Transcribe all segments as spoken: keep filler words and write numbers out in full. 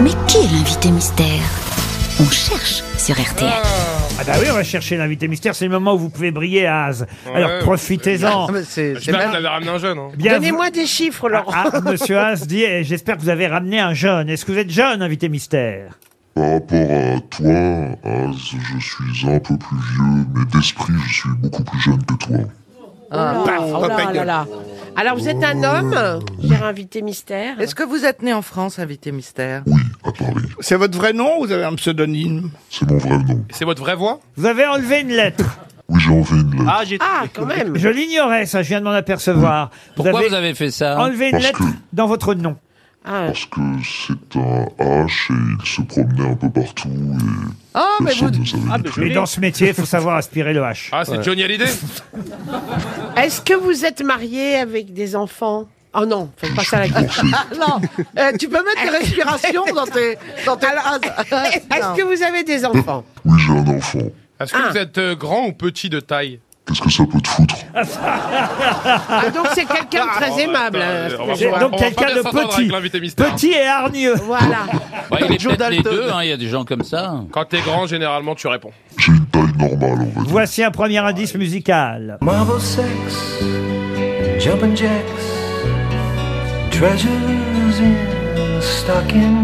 Mais qui est l'invité mystère? On cherche sur R T L. Ah bah oui, on va chercher l'invité mystère. C'est le moment où vous pouvez briller, Az. Ouais. Alors profitez-en. Ah, mais c'est- c'est J'espère que mal- vous avez ramené un jeune. Hein. Bien, Donnez-moi des chiffres, vous- Laurent. Ah, ah, Monsieur Az dit, eh, j'espère que vous avez ramené un jeune. Est-ce que vous êtes jeune, invité mystère? Par rapport à toi, Az, je suis un peu plus vieux, mais d'esprit, je suis beaucoup plus jeune que toi. Ah. Oh là, oh là là là. Alors, vous êtes un homme, cher invité mystère. Est-ce que vous êtes né en France, invité mystère? Oui, à Paris. C'est votre vrai nom ou vous avez un pseudonyme? C'est mon vrai nom. Et c'est votre vraie voix? Vous avez enlevé une lettre. Oui, j'ai enlevé une lettre. Ah, j'ai Ah, quand même. Je l'ignorais, ça, je viens de m'en apercevoir. Pourquoi vous avez fait ça? enlevé une Parce lettre que- dans votre nom. Ah. Parce que c'est un H et il se promenait un peu partout et Ah, mais vous... personne ne savait Ah, du mais tout. je Et l'ai. dans ce métier, il faut savoir aspirer le H. Ah, c'est Johnny Hallyday? Est-ce que vous êtes marié avec des enfants? Oh non, faites pas ça la gueule. Ah, non, Euh, tu peux mettre des respirations dans tes, dans tes phrases. Est-ce que vous avez des enfants? Oui, j'ai un enfant. Est-ce que Ah. vous êtes euh, grand ou petit de taille? Qu'est-ce que ça peut te foutre? Ah, donc c'est quelqu'un de très aimable. hein, ce on que va je C'est vois. pas- donc on va quelqu'un pas de s'entendre petit. avec l'invité mystère. Petit et hargneux. Voilà. Ouais, il est Joe peut-être les Dalton. deux, hein, il y a des gens comme ça. Quand t'es grand, généralement, tu réponds. J'ai une taille normale, on va dire. Voici un premier indice musical. Marble sex, jumping jacks, treasures in a stocking,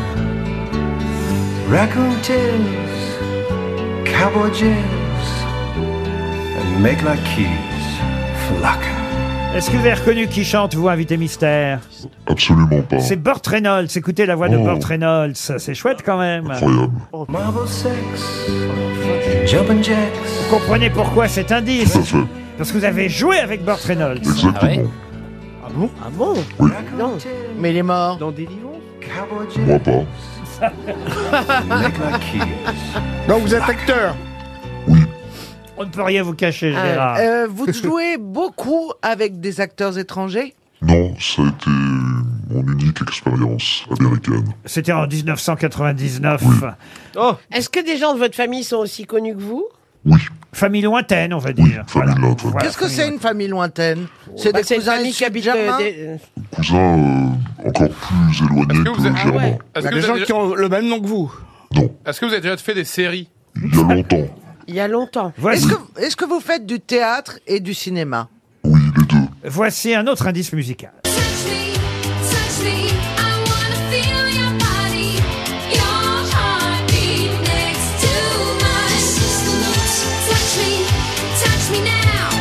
raccoon tails, cowboy jails, and make like keys for locking. Est-ce que vous avez reconnu qui chante, vous, invité mystère? Absolument pas. C'est Burt Reynolds. Écoutez la voix de Oh. Burt Reynolds. C'est chouette quand même. Incroyable. Marble sex, jumping jacks. Vous comprenez pourquoi cet indice? Tout à fait. Parce que vous avez joué avec Burt Reynolds. Exactement. Ah ouais Ah bon? Oui. Non. Mais il est mort. Dans des livres? Cowboy Moi jails, pas. make like keys. Donc vous êtes acteur? On ne peut rien vous cacher, Gérard. Euh, vous jouez beaucoup avec des acteurs étrangers? Non, ça a été mon unique expérience américaine. C'était en dix-neuf cent quatre-vingt-dix-neuf. Oh, Est-ce que des gens de votre famille sont aussi connus que vous? Oui, Famille lointaine, on va oui, dire. famille Voilà. lointaine. Voilà, Qu'est-ce que famille c'est une famille lointaine? C'est Bah, des c'est une cousins famille issus qui de habite Germain? euh, des- Cousin euh, encore plus éloigné Est-ce que que, vous êtes- Ah Germain. ouais. Est-ce Il y a que, des vous gens avez... qui ont le même nom que vous. Non, Est-ce que vous avez déjà fait des séries? il y a longtemps. Il y a longtemps. Voici, Est-ce que, est-ce que vous faites du théâtre et du cinéma? Oui, les deux. voici un autre indice musical. Touch me, touch me, I wanna feel your body, your heartbeat next to mine. Touch me, touch me now.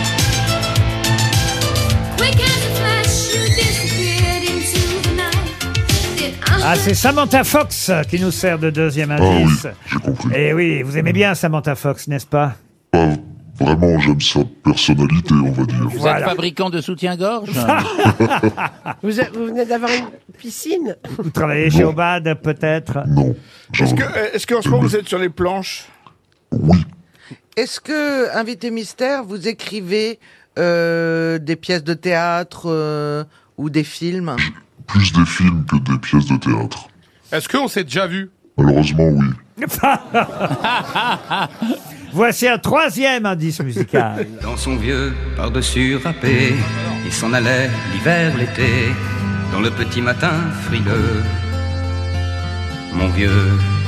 Quick as a flash, you disappeared into the night. Did I Ah, c'est Samantha Fox qui nous sert de deuxième Ah oui, indice. j'ai compris. Eh oui, vous aimez bien Samantha Fox, n'est-ce pas? Pas vraiment, j'aime sa personnalité, on va dire. vous Voilà. êtes fabricant de soutien-gorge? Vous, a- vous venez d'avoir une piscine? Vous travaillez chez Obad, peut-être? Non. j'en- Est-ce que, euh, est-ce qu'en ce moment vous êtes sur les planches? Oui, Est-ce que, invité mystère, vous écrivez euh, des pièces de théâtre euh, ou des films? plus des films que des pièces de théâtre. Est-ce qu'on s'est déjà vu? Malheureusement, oui. Voici un troisième indice musical. Dans son vieux par-dessus râpé, il s'en allait l'hiver, l'été, dans le petit matin frileux. Mon vieux,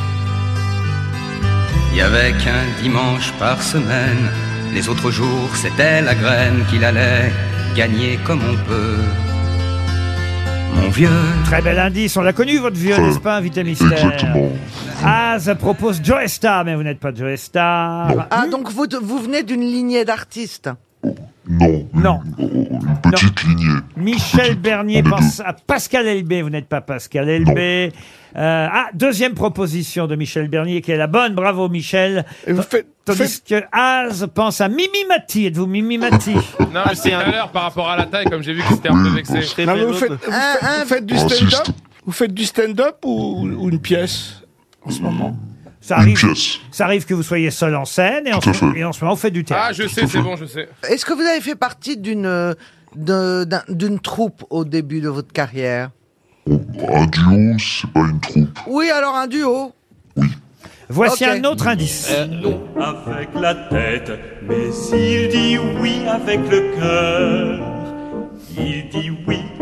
il y avait qu'un dimanche par semaine, les autres jours c'était la graine qu'il allait gagner comme on peut. Mon vieux, Très bel indice, on l'a connu votre vieux, Euh, n'est-ce pas, invité mystère? Exactement. Az propose Joe Star, mais vous n'êtes pas Joe Star. Ah, donc vous, vous venez d'une lignée d'artistes? Non. Non. Une, une petite lignée. Michel Petite. Bernier On est pense à Pascal Elbé, vous n'êtes pas Pascal Elbé. Euh, ah, deuxième proposition de Michel Bernier qui est la bonne, bravo Michel. Et vous faites, Tandis faites- que Az pense à Mimi Mati, êtes-vous Mimi Mati? Non, mais c'est tout à l'heure par rapport à la taille, comme j'ai vu que c'était un peu vexé. non, mais vous faites, vous faites, Un- un- vous faites du Raciste. stand-up? Vous faites du stand-up ou, ou une pièce en ce moment? Ça Une arrive, pièce. ça arrive que vous soyez seul en scène et en, Tout à ce, fait. et en ce moment vous faites du théâtre. Ah, je sais, c'est bon, je sais. Est-ce que vous avez fait partie d'une euh, de- d'un- d'une troupe au début de votre carrière? Bon, un duo, c'est pas une troupe. Oui, alors un duo. Voici Ok. un autre indice. Avec la tête, mais il dit oui avec le cœur. Il dit oui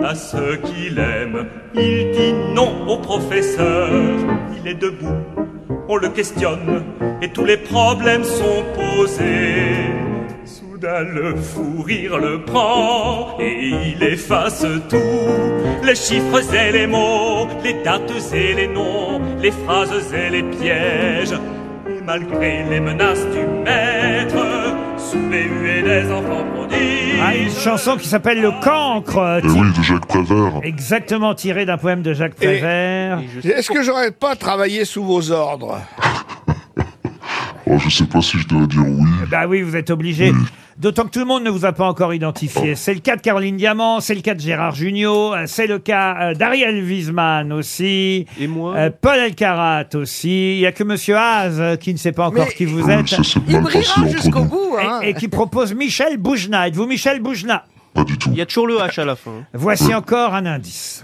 à ceux qu'il aime. Il dit non au professeur, il est debout, on le questionne, et tous les problèmes sont posés. Soudain le fou rire le prend, et il efface tout, les chiffres et les mots, les dates et les noms, les phrases et les pièges. Et malgré les menaces du maître, sous les huées des enfants prodiges. Ah, une chanson qui s'appelle Le Cancre. Eh ti- oui, de Jacques Prévert. Exactement tirée d'un poème de Jacques Prévert. Est-ce que j'aurais pas travaillé sous vos ordres? Oh, je sais pas si je dois dire oui. Bah oui, vous êtes obligé. D'autant que tout le monde ne vous a pas encore identifié. C'est le cas de Caroline Diamant, c'est le cas de Gérard Jugnot, euh, c'est le cas euh, d'Ariel Wiesman aussi. Et moi euh, Paul Elkarat aussi. Il y a que Monsieur Haas euh, qui ne sait pas encore Mais qui vous Oui, êtes. ça s'est Il mal passé brillera entre jusqu'au nous. bout, hein. Et, et qui propose Michel Boujna. Êtes-vous Michel Boujna? Pas du tout. Il y a toujours le H à la fin. Voici encore un indice.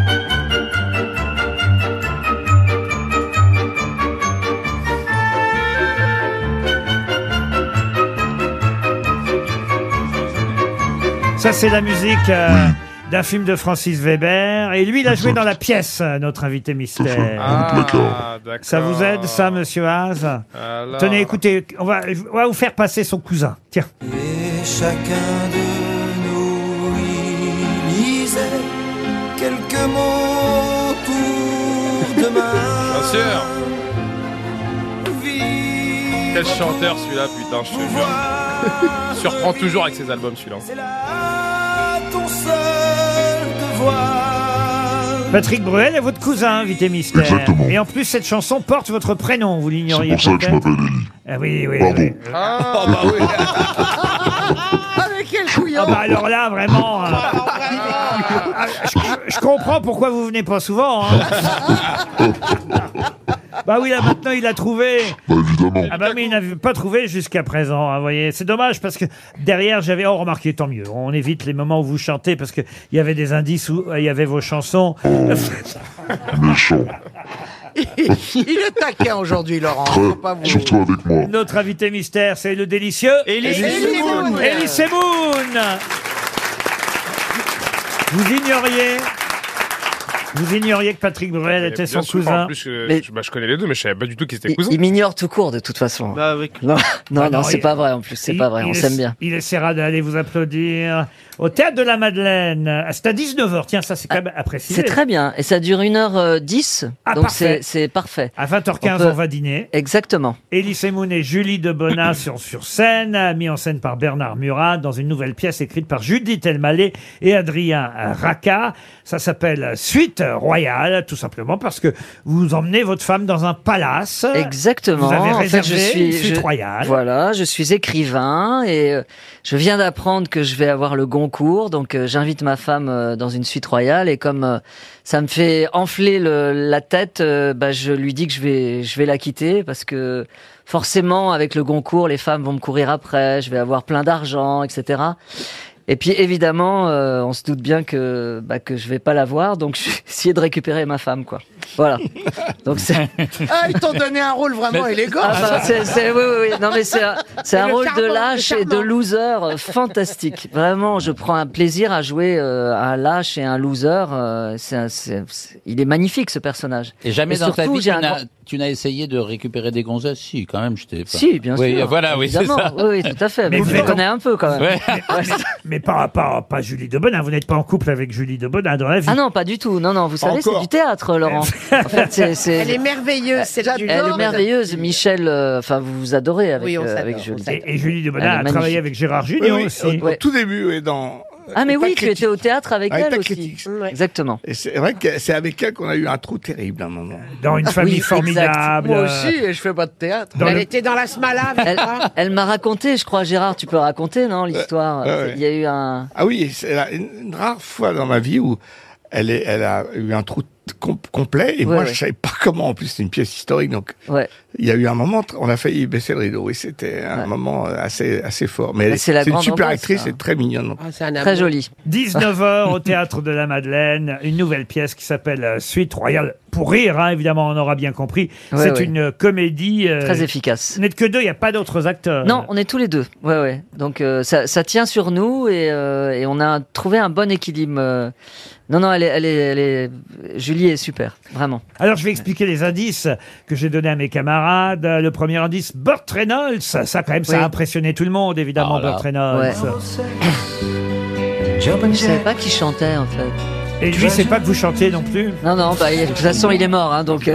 Ça, c'est la musique euh, d'un film de Francis Weber. Et lui, il a joué dans la pièce, euh, notre invité mystère. Ah, D'accord. d'accord. Ça vous aide, ça, monsieur Haas? Alors. Tenez, écoutez, on va, on va vous faire passer son cousin. Tiens. Et chacun de nous y lisait quelques mots pour demain. Bien sûr. Quel chanteur celui-là, putain, je te jure. Il surprend toujours avec ses albums, celui-là. C'est là ton seul devoir. Patrick Bruel est votre cousin, invité mystère. Exactement. Et en plus, cette chanson porte votre prénom, vous C'est l'ignoriez pour ça que je peut-être. m'appelle Ellie. Ah oui, oui, Pardon. oui. Ah, bah oui. Ah, mais quel couillon. Ah bah alors là, vraiment... euh, ah, je, je comprends pourquoi vous venez pas souvent. Hein. Bah oui, là maintenant il a trouvé. Bah évidemment. Ah bah mais il n'avait pas trouvé jusqu'à présent, hein, vous voyez. C'est dommage parce que derrière j'avais... Oh, remarquez, tant mieux. On évite les moments où vous chantez parce qu'il y avait des indices où euh, il y avait vos chansons. Méchant. Il est taquin aujourd'hui, Laurent. Très. Faut pas vous... Surtout avec moi. Notre invité mystère, c'est le délicieux... Elie Semoun. Elie Semoun. Vous ignoriez... Vous ignoriez que Patrick Bruel était son Bien sûr, cousin. En plus, je, Mais- je- bah, je connais les deux, mais je savais pas du tout qu'ils étaient Il, cousins. il m'ignore tout court de toute façon. Bah, avec... Non, non, Ah non, non, c'est il- pas vrai en plus, c'est Il- pas vrai, il on ess- s'aime bien. Il essaiera d'aller vous applaudir au Théâtre de la Madeleine. Ah, c'est à dix-neuf heures. Tiens, ça c'est quand même à préciser. C'est très bien, et ça dure une heure dix, Ah, donc parfait. c'est c'est parfait. À vingt heures quinze, On on, peut- va dîner. Exactement. Élie Semoun et Julie de Bonas sont sur scène, mis en scène par Bernard Murat, dans une nouvelle pièce écrite par Judith Elmaleh et Adrien Racca. Ça s'appelle Suite Royale, tout simplement parce que vous emmenez votre femme dans un palace. Exactement. Vous avez En fait, réservé je suis, une suite je- royale. Voilà, je suis écrivain et euh, je viens d'apprendre que je vais avoir le Goncourt, donc euh, j'invite ma femme euh, dans une suite royale et comme euh, ça me fait enfler le, la tête, euh, bah, je lui dis que je vais, je vais la quitter parce que forcément avec le Goncourt, les femmes vont me courir après, je vais avoir plein d'argent, et cetera. Et puis évidemment, euh, on se doute bien que bah, que je vais pas la voir, donc je vais essayer de récupérer ma femme, quoi. Voilà. Donc c'est. Ah, ils t'ont donné un rôle vraiment élégant. Ah, bah, c'est, c'est, oui, oui, oui. Non, mais c'est un, c'est un Le rôle charmant, de le lâche et de charmant. loser euh, fantastique. Vraiment, je prends un plaisir à jouer euh, un lâche et un loser. euh, c'est, un- c'est, c'est- il est magnifique ce personnage. Et jamais Et dans ta surtout, vie, tu j'ai un n'as, grand- tu n'as essayé de récupérer des gonzesses? Si, quand même, je t'ai... enfin, Si, bien oui, sûr. Voilà, oui, c'est évidemment. ça. Oui, oui, tout à fait. Mais Mais vous vous les êtes- connaissez un peu quand même. Ouais. Ouais. Mais pas, pas, pas Julie de Bonin. Vous n'êtes pas en couple avec Julie de Bonin dans la vie. Ah non, pas du tout. Non, non. Vous savez, Encore. c'est du théâtre, Laurent. En fait, c'est, c'est... Elle est merveilleuse, cette J'adore. Julie. Elle est J'adore. merveilleuse, Michel. euh, Enfin, vous vous adorez avec Oui, on euh, s'adore, avec on Julie. s'adore. Et, et Julie de Elle Bonin est a magnifique. travaillé avec Gérard Oui, Jugnot oui, aussi. au, Ouais. au tout début, oui, dans... Ah mais Pas oui, tu critique. étais au théâtre avec, Avec elle ta aussi. critique. Ouais. Exactement. Et c'est vrai que c'est avec elle qu'on a eu un trou terrible à un moment. Dans une famille Oui, exact. formidable. Moi aussi, et je fais pas de théâtre. Dans Elle le- était dans la Smala avec Elle, toi. elle m'a raconté, je crois, Gérard, tu peux raconter, non, l'histoire. ouais, ouais. Il y a eu un. Ah oui, c'est la- une, une rare fois dans ma vie où elle, est, elle a eu un trou com- complet et Ouais, moi ouais. je savais pas comment. En plus, c'est une pièce historique, donc Ouais. il y a eu un moment, on a failli baisser le rideau et c'était un Ouais. moment assez assez fort. Mais elle, Bah, c'est la c'est une grande super ambiance, actrice ça. et très mignonne. donc. Ah, c'est un Très amour. joli. dix-neuf heures au Théâtre de la Madeleine, une nouvelle pièce qui s'appelle euh, Suite Royale. pour rire, hein, évidemment, on aura bien compris. Ouais, c'est ouais. une comédie... euh, Très efficace. Vous n'êtes que deux, il n'y a pas d'autres acteurs. Non, on est tous les deux. Ouais, ouais. Donc euh, ça, ça tient sur nous et, euh, et on a trouvé un bon équilibre. euh. Non, non, elle est, elle est, elle est... Julie est super, vraiment. Alors, je vais expliquer les indices que j'ai donnés à mes camarades. Le premier indice, Burt Reynolds. Ça, quand même, ça Oui. a impressionné tout le monde, évidemment, Oh là. Burt Reynolds. Ouais. Je savais pas qui chantait, en fait. Et lui, c'est pas que vous chantiez non plus. Non, non, bah, il- de toute façon, il est mort, hein, donc, euh,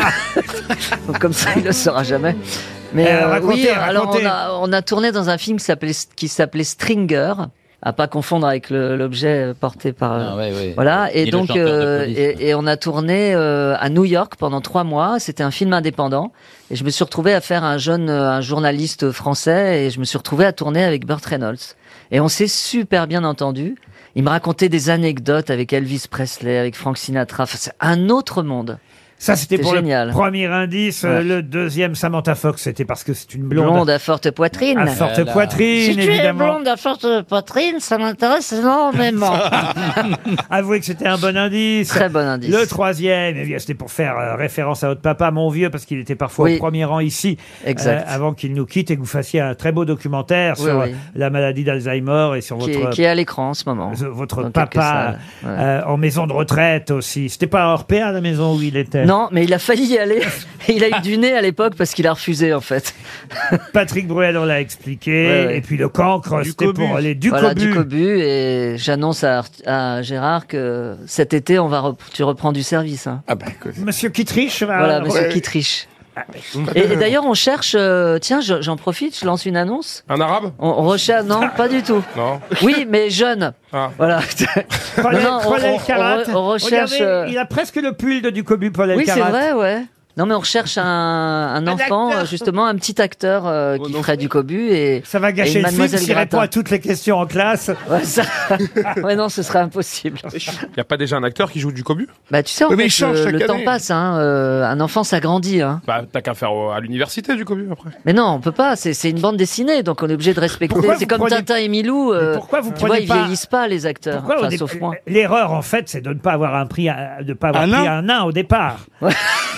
donc comme ça, il le saura jamais. Mais Euh, euh, racontez, oui, alors racontez. on a, on a tourné dans un film qui s'appelait qui s'appelait Stringer, à pas confondre avec le- l'objet porté par. euh, Ah, ouais, ouais. Voilà, et Ni le donc chanteur de euh, police. et, et on a tourné euh, à New York pendant trois mois. C'était un film indépendant, et je me suis retrouvé à faire un jeune, euh, un journaliste français, et je me suis retrouvé à tourner avec Burt Reynolds. Et on s'est super bien entendu. Il me racontait des anecdotes avec Elvis Presley, avec Frank Sinatra. Enfin, c'est un autre monde. Ça, c'était pour génial. le premier indice. Euh, Ouais. Le deuxième, Samantha Fox, c'était parce que c'est une blonde. Blonde à forte poitrine. À forte Voilà. poitrine, Si tu es évidemment. blonde à forte poitrine, ça m'intéresse énormément. Avouez que c'était un bon indice. Très bon indice. Le troisième, eh bien, c'était pour faire euh, référence à votre papa, mon vieux, parce qu'il était parfois Oui. au premier rang ici, Exact. euh, avant qu'il nous quitte et que vous fassiez un très beau documentaire Oui, sur oui. euh, la maladie d'Alzheimer et sur qui, votre est, qui est à l'écran en ce moment. euh, votre Dans quelques papa salles. Ouais. euh, en maison de retraite aussi. C'était pas à Orpea, la maison où il était. Non, mais il a failli y aller. Et il a eu du nez à l'époque parce qu'il a refusé en fait. Patrick Bruel, on l'a expliqué. Ouais, ouais. Et puis le cancre, c'était pour les du Voilà, cobu. du cobu. Et j'annonce à, à Gérard que cet été, on va rep- tu reprends du service. Hein. Ah bah écoute. Monsieur Kittrich va... Voilà, monsieur ouais. Kittrich. Et, et d'ailleurs, on cherche. euh, tiens, je- j'en profite, je lance une annonce. Un arabe On, on recherche. Non, pas du tout. Non. Oui, mais jeune. Ah. Voilà. Paul, Non, non, on- Paul on- Elkarat. on re- on recherche, Regardez, euh, il a presque le pull de du cobu, Paul Oui, c'est Elkarat. vrai, ouais. Non, mais on recherche un, un enfant, acteur. euh, justement, un petit acteur euh, qui ferait du cobu et Ça va et gâcher une le film Mademoiselle s'il répond Gratin. à toutes les questions en classe. Ouais, ça... ouais, non, ce serait impossible. Il n'y a pas déjà un acteur qui joue du cobu Bah, tu sais, en Oui, mais fait, il change le, chaque le temps année. passe. Hein, euh, un enfant s'agrandit. Hein. Bah, t'as qu'à faire au- à l'université du cobu après. Mais non, on peut pas. C'est c'est une bande dessinée, donc on est obligé de respecter. Pourquoi C'est vous comme prenez- Tintin et Milou. euh, Mais pourquoi vous tu vois, prenez ils pas- vieillissent pas les acteurs. Pourquoi au Enfin, dé- sauf moi. L'erreur, en fait, c'est de ne pas avoir un prix, à- de pas avoir Un pris nain un nain au départ. Ouais.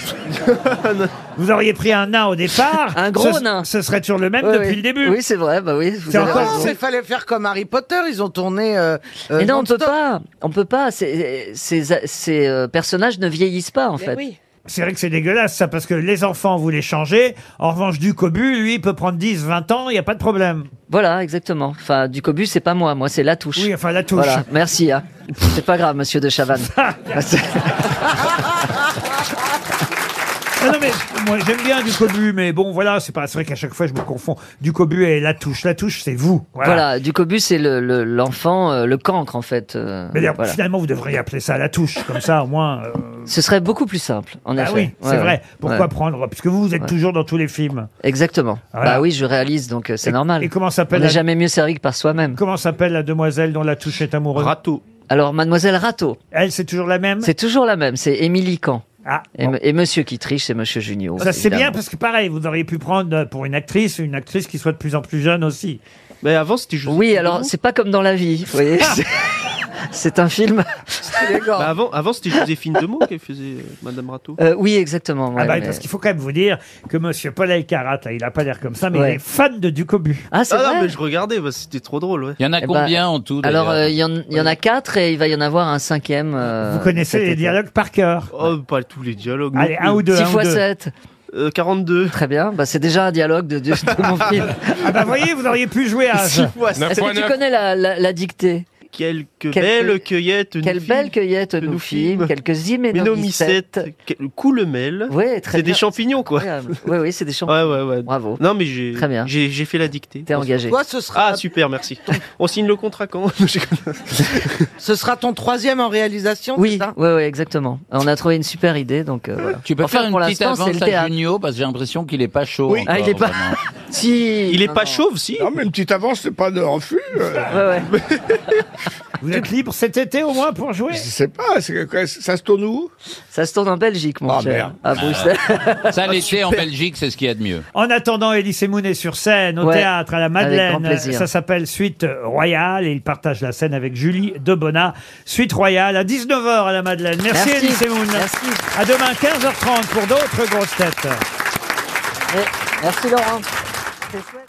Vous auriez pris un nain au départ. Un gros ce, nain. Ce serait toujours le même Ouais, depuis oui. le début. Oui, c'est vrai. Bah oui. Vous C'est avez encore- raison. Il fallait faire comme Harry Potter, ils ont tourné. Euh, euh, Mais non, on peut non-stop. pas. On peut pas. Ces, ces, ces euh, personnages ne vieillissent pas, en Mais fait. oui. C'est vrai que c'est dégueulasse, ça, parce que les enfants voulaient changer. En revanche, du cobu, lui, il peut prendre dix, vingt ans, il n'y a pas de problème. Voilà, exactement. Enfin, du cobu, c'est pas moi. Moi, c'est la touche. Oui, enfin, la touche. Voilà, merci. Hein. C'est pas grave, monsieur de Chavannes. Ah non, mais moi, j'aime bien du cobu, mais bon, voilà, c'est pas, c'est vrai qu'à chaque fois, je me confonds. Du cobu et la touche. La touche, c'est vous. Voilà. Voilà, du cobu, c'est le, le- l'enfant, euh, le cancre, en fait. euh, Mais d'ailleurs, voilà. finalement, vous devriez appeler ça la touche. Comme ça, au moins. euh, Ce serait beaucoup plus simple, en Ah effet. oui, c'est Ouais, vrai. ouais. Pourquoi Ouais. prendre Puisque vous, vous êtes Ouais. toujours dans tous les films. Exactement. Voilà. Bah oui, je réalise, donc euh, c'est Et- normal. Et comment On s'appelle n'est la... jamais mieux servi que par soi-même. Comment s'appelle la demoiselle dont la touche est amoureuse Râteau. Alors, mademoiselle Rateau, Elle, c'est toujours la même. c'est toujours la même, c'est Émilie Camp. Ah, Et, bon. m- et monsieur qui triche, c'est monsieur Junio. Ça, c'est évidemment. bien parce que pareil, vous auriez pu prendre euh, pour une actrice, une actrice qui soit de plus en plus jeune aussi. Mais avant, c'était juste. Oui, alors, c'est pas comme dans la vie, vous voyez. c'est- C'est un film. Bah, avant, avant c'était Joséphine Demeaux qui faisait euh, Madame Rateau. Euh, oui, exactement. Ah ouais, bah, mais- parce qu'il faut quand même vous dire que Monsieur Paul Elkarat, là, il a pas l'air comme ça, mais Ouais. il est fan de Ducobu. Ah, c'est Ah non, vrai. mais je regardais, bah, c'était trop drôle, ouais. Il y en a Eh combien ben, en tout Alors, d'ailleurs euh, il y, en- il y en a quatre et il va y en avoir un cinquième. euh, Vous connaissez cet les été. dialogues par cœur. Oh, pas tous les dialogues. non Allez, plus. un ou deux. six un ou fois deux. sept. Euh, quarante-deux. Très bien. Bah, c'est déjà un dialogue de, de, de mon film. Ah bah, voyez, vous auriez pu jouer à six fois Neuf Est-ce fois que tu neuf. connais la, la, la dictée? Quelques Quelques- belles cueillettes. nous Quelle filment. belle cueillette que nous nous filme, filme. quelques Ménomycètes. hyménomycètes. Quel- Coulemel. Oui, très C'est bien. des champignons, quoi. Incroyable. Oui, oui, c'est des champignons. Ouais, ouais, ouais. Bravo. Non, mais j'ai. Très bien. J'ai j'ai fait la dictée. T'es engagé. Toi, ce sera, Ah, super, merci. On signe le contrat quand J'ai- ce sera ton troisième en réalisation, Oui, c'est ça oui, oui, exactement. On a trouvé une super idée, donc euh, voilà. Tu peux Enfin, faire une pour petite l'instant, c'est avance le à théâtre. Junio parce que j'ai l'impression qu'il est pas chaud. Oui. encore, Ah, il est pas- vraiment. Si. Il est non, pas non. chauve, si. Non, mais une petite avance, c'est pas de refus. euh. Ouais, ouais. Vous êtes libre cet été au moins pour jouer? Je sais pas, c'est que- ça se tourne où? Ça se tourne en Belgique, mon Ah, cher. merde. À Bruxelles. Ça, l'été en Super. Belgique, c'est ce qu'il y a de mieux. En attendant, Elie Semoun est sur scène, au Ouais, théâtre, à la avec grand Madeleine. plaisir. Ça s'appelle Suite Royale et il partage la scène avec Julie Debona. Suite Royale à dix-neuf heures à la Madeleine. Merci, Merci. Elie Semoun. Merci. À demain, quinze heures trente pour d'autres grosses têtes. Merci Laurent.